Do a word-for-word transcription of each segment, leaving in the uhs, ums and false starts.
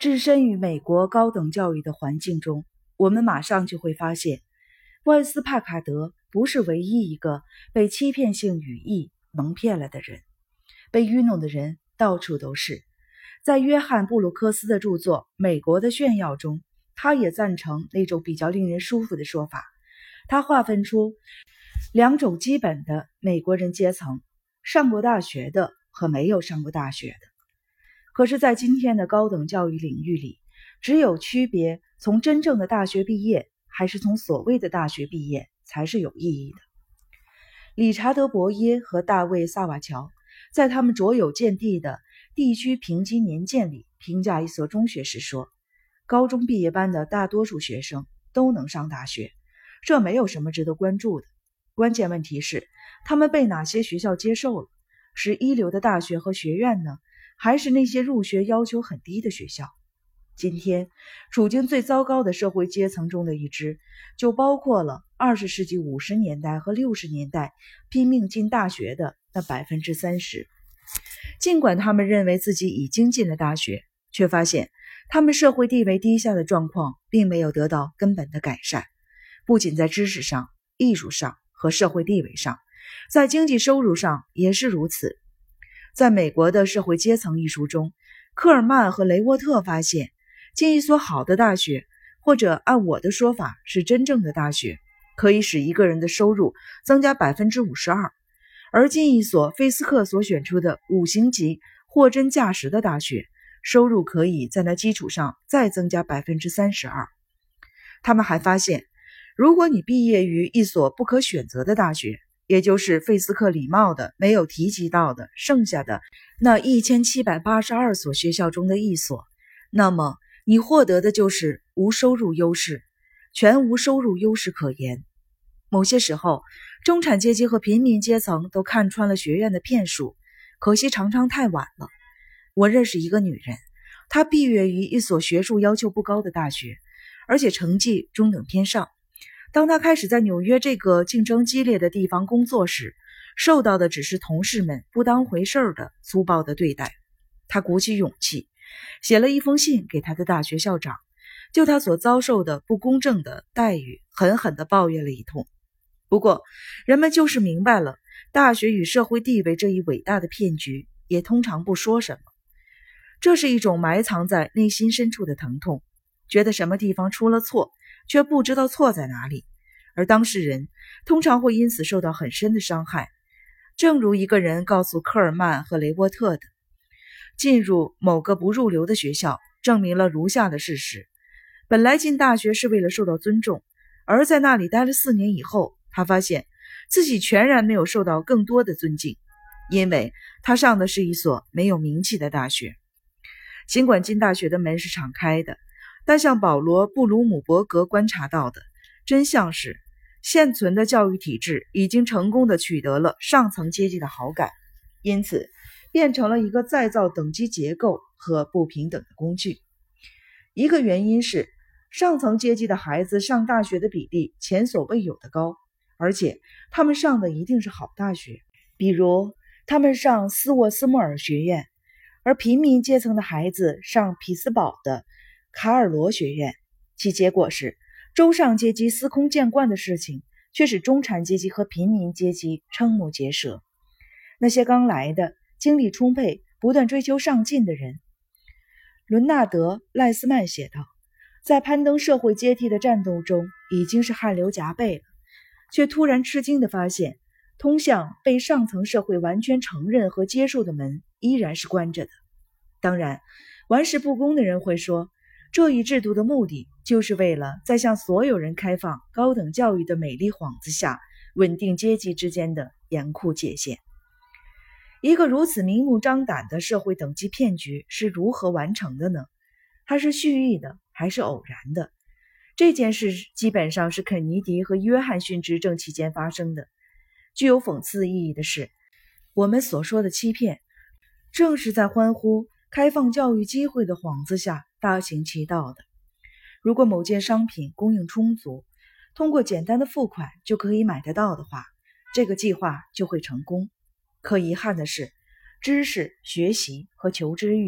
置身于美国高等教育的环境中，我们马上就会发现，万斯帕卡德不是唯一一个被欺骗性语义蒙骗了的人。被愚弄的人到处都是。在约翰·布鲁克斯的著作《美国的炫耀》中，他也赞成那种比较令人舒服的说法。他划分出两种基本的美国人阶层：上过大学的和没有上过大学的。可是，在今天的高等教育领域里，只有区别从真正的大学毕业还是从所谓的大学毕业才是有意义的。理查德·伯耶和大卫·萨瓦乔在他们卓有见地的地区评级年鉴里评价一所中学时说，高中毕业班的大多数学生都能上大学，这没有什么值得关注的。关键问题是，他们被哪些学校接受了？是一流的大学和学院呢，还是那些入学要求很低的学校？今天处境最糟糕的社会阶层中的一支，就包括了二十世纪五十年代和六十年代拼命进大学的那百分之三十。尽管他们认为自己已经进了大学，却发现他们社会地位低下的状况并没有得到根本的改善，不仅在知识上、艺术上和社会地位上，在经济收入上也是如此。在美国的社会阶层一书中，科尔曼和雷沃特发现，进一所好的大学，或者按我的说法是真正的大学，可以使一个人的收入增加 百分之五十二， 而进一所菲斯克所选出的五星级货真价实的大学，收入可以在那基础上再增加 百分之三十二。 他们还发现，如果你毕业于一所不可选择的大学，也就是费斯克礼貌的没有提及到的剩下的那一千七百八十二所学校中的一所，那么你获得的就是无收入优势，全无收入优势可言。某些时候，中产阶级和平民阶层都看穿了学院的骗术，可惜常常太晚了。我认识一个女人，她毕业于一所学术要求不高的大学，而且成绩中等偏上。当她开始在纽约这个竞争激烈的地方工作时，受到的只是同事们不当回事的粗暴的对待。她鼓起勇气，写了一封信给他的大学校长，就他所遭受的不公正的待遇狠狠地抱怨了一通。不过人们就是明白了大学与社会地位这一伟大的骗局，也通常不说什么。这是一种埋藏在内心深处的疼痛，觉得什么地方出了错，却不知道错在哪里，而当事人通常会因此受到很深的伤害。正如一个人告诉科尔曼和雷沃特的，进入某个不入流的学校证明了如下的事实：本来进大学是为了受到尊重，而在那里待了四年以后，他发现自己全然没有受到更多的尊敬，因为他上的是一所没有名气的大学。尽管进大学的门是敞开的，但像保罗·布鲁姆伯格观察到的，真相是现存的教育体制已经成功地取得了上层阶级的好感，因此变成了一个再造等级结构和不平等的工具。一个原因是上层阶级的孩子上大学的比例前所未有的高，而且他们上的一定是好大学，比如他们上斯沃斯莫尔学院，而平民阶层的孩子上匹兹堡的卡尔罗学院。其结果是，中上阶级司空见惯的事情却使中产阶级和平民阶级瞠目结舌。那些刚来的精力充沛不断追求上进的人，伦纳德·赖斯曼写道，在攀登社会阶梯的战斗中已经是汗流浃背了，却突然吃惊地发现，通向被上层社会完全承认和接受的门依然是关着的。当然，玩世不恭的人会说，这一制度的目的就是为了在向所有人开放高等教育的美丽幌子下，稳定阶级之间的严酷界限。一个如此明目张胆的社会等级骗局是如何完成的呢？它是蓄意的还是偶然的？这件事基本上是肯尼迪和约翰逊执政期间发生的。具有讽刺意义的是，我们所说的欺骗，正是在欢呼开放教育机会的幌子下大行其道的。如果某件商品供应充足，通过简单的付款就可以买得到的话，这个计划就会成功。可遗憾的是，知识、学习和求知欲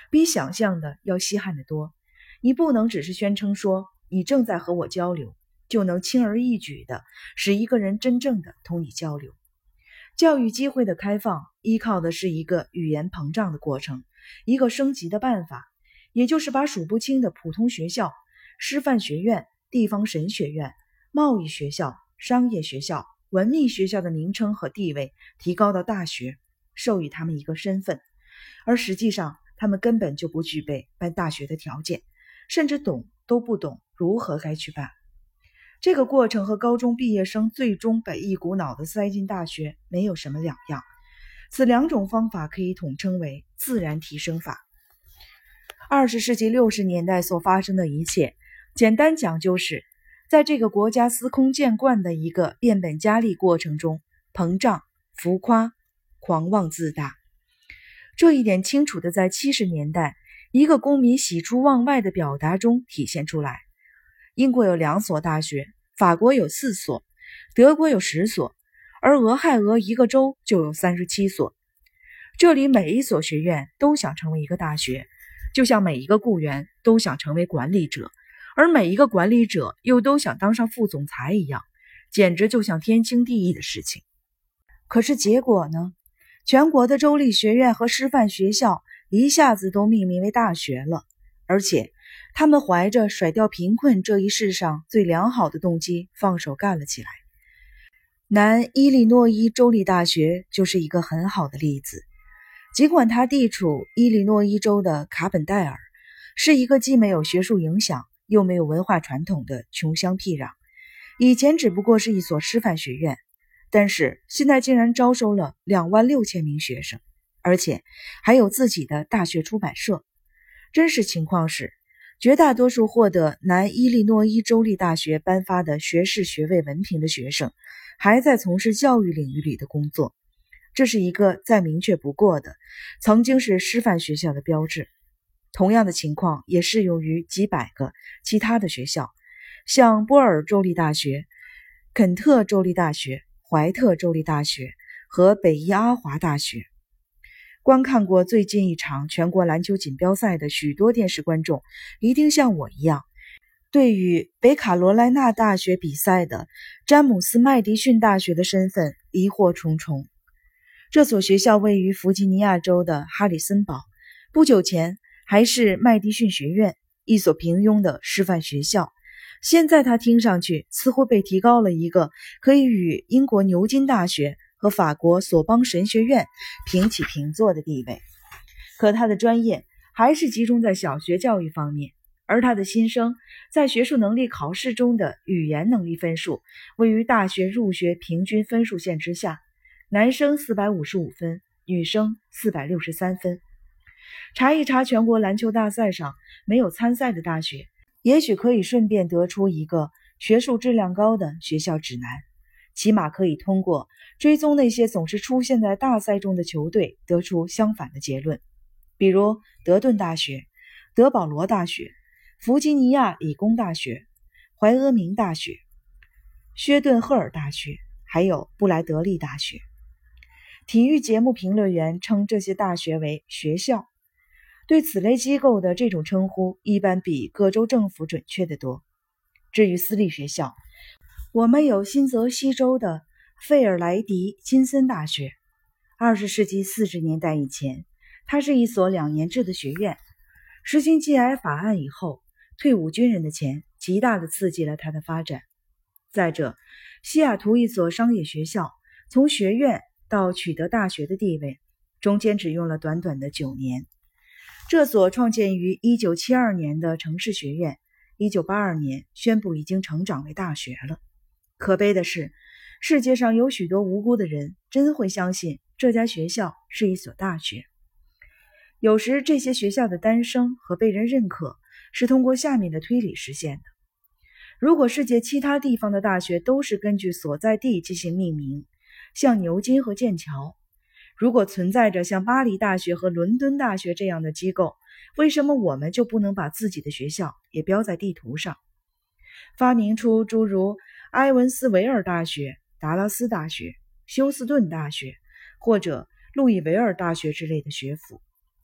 比想象的要稀罕得多。你不能只是宣称说你正在和我交流，就能轻而易举地使一个人真正的同你交流。教育机会的开放依靠的是一个语言膨胀的过程，一个升级的办法，也就是把数不清的普通学校、师范学院、地方神学院、贸易学校、商业学校、文秘学校的名称和地位提高到大学，授予他们一个身份，而实际上他们根本就不具备办大学的条件，甚至懂都不懂如何该去办。这个过程和高中毕业生最终被一股脑地塞进大学没有什么两样。此两种方法可以统称为自然提升法。二十世纪六十年代所发生的一切，简单讲就是在这个国家司空见惯的一个变本加厉过程中膨胀、浮夸、狂妄自大。这一点清楚地在七十年代一个公民喜出望外的表达中体现出来。英国有两所大学，法国有四所，德国有十所，而俄亥俄一个州就有三十七所。这里每一所学院都想成为一个大学，就像每一个雇员都想成为管理者，而每一个管理者又都想当上副总裁一样，简直就像天经地义的事情。可是结果呢？全国的州立学院和师范学校一下子都命名为大学了，而且他们怀着甩掉贫困这一世上最良好的动机放手干了起来。南伊利诺伊州立大学就是一个很好的例子。尽管它地处伊利诺伊州的卡本戴尔，是一个既没有学术影响又没有文化传统的穷乡僻壤，以前只不过是一所师范学院，但是现在竟然招收了两万六千名学生，而且还有自己的大学出版社。真实情况是，绝大多数获得南伊利诺伊州立大学颁发的学士学位文凭的学生还在从事教育领域里的工作，这是一个再明确不过的曾经是师范学校的标志。同样的情况也适用于几百个其他的学校，像波尔州立大学、肯特州立大学、怀特州立大学和北伊阿华大学。观看过最近一场全国篮球锦标赛的许多电视观众一定像我一样，对于北卡罗来纳大学比赛的詹姆斯麦迪逊大学的身份疑惑重重。这所学校位于弗吉尼亚州的哈里森堡，不久前还是麦迪逊学院，一所平庸的师范学校。现在它听上去似乎被提高了一个可以与英国牛津大学和法国索邦神学院平起平坐的地位。可它的专业还是集中在小学教育方面，而它的新生在学术能力考试中的语言能力分数位于大学入学平均分数线之下，男生四百五十五分，女生四百六十三分。查一查全国篮球大赛上没有参赛的大学，也许可以顺便得出一个学术质量高的学校指南，起码可以通过追踪那些总是出现在大赛中的球队得出相反的结论。比如德顿大学、德保罗大学、弗吉尼亚理工大学、怀俄明大学、薛顿赫尔大学，还有布莱德利大学。体育节目评论员称这些大学为学校，对此类机构的这种称呼一般比各州政府准确得多。至于私立学校，我们有新泽西州的费尔莱迪金森大学。二十世纪四十年代以前，它是一所两年制的学院。实行 G I 法案以后，退伍军人的钱极大地刺激了它的发展。再者，西雅图一所商业学校从学院到取得大学的地位，中间只用了短短的九年。这所创建于一九七二年的城市学院，一九八二年宣布已经成长为大学了。可悲的是，世界上有许多无辜的人真会相信这家学校是一所大学。有时这些学校的诞生和被人认可是通过下面的推理实现的。如果世界其他地方的大学都是根据所在地进行命名，像牛津和剑桥，如果存在着像巴黎大学和伦敦大学这样的机构，为什么我们就不能把自己的学校也标在地图上？发明出诸如埃文斯维尔大学、达拉斯大学、休斯顿大学或者路易维尔大学之类的学府，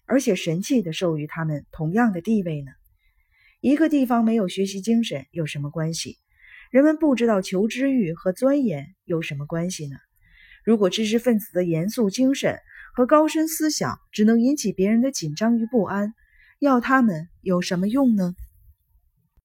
而且神气地授予他们同样的地位呢？一个地方没有学习精神有什么关系？人们不知道求知欲和钻研有什么关系呢？如果知识分子的严肃精神和高深思想只能引起别人的紧张与不安，要他们有什么用呢？